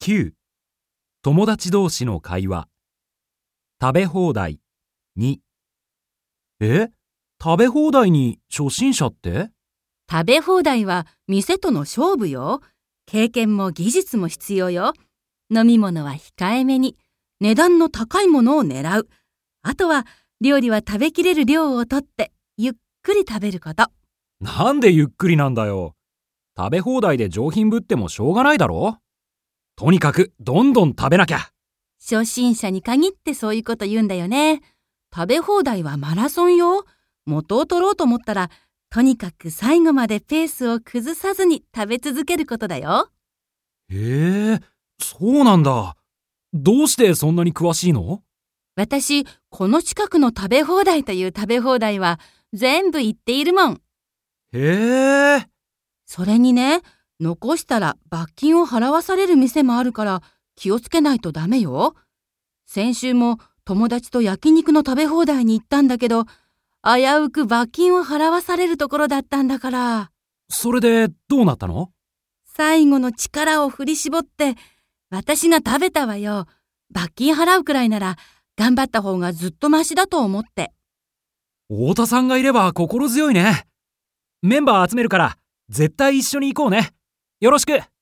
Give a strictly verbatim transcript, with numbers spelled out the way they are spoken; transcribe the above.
きゅう、友達同士の会話。食べ放題。に。え？食べ放題に初心者って？ 食べ放題は店との勝負よ。経験も技術も必要よ。飲み物は控えめに、値段の高いものを狙う。あとは料理は食べきれる量をとってゆっくり食べること。 なんでゆっくりなんだよ。食べ放題で上品ぶってもしょうがないだろ。とにかくどんどん食べなきゃ。 初心者に限ってそういうこと言うんだよね。食べ放題はマラソンよ。元を取ろうと思ったら、とにかく最後までペースを崩さずに食べ続けることだよ。 へえ、そうなんだ。どうしてそんなに詳しいの？ 私、この近くの食べ放題という食べ放題は全部行っているもん。 へえ。 それにね、残したら罰金を払わされる店もあるから気をつけないとダメよ。先週も友達と焼肉の食べ放題に行ったんだけど、危うく罰金を払わされるところだったんだから。 それでどうなったの？ 最後の力を振り絞って私が食べたわよ。罰金払うくらいなら頑張った方がずっとマシだと思って。 太田さんがいれば心強いね。メンバー集めるから絶対一緒に行こうね。よろしく。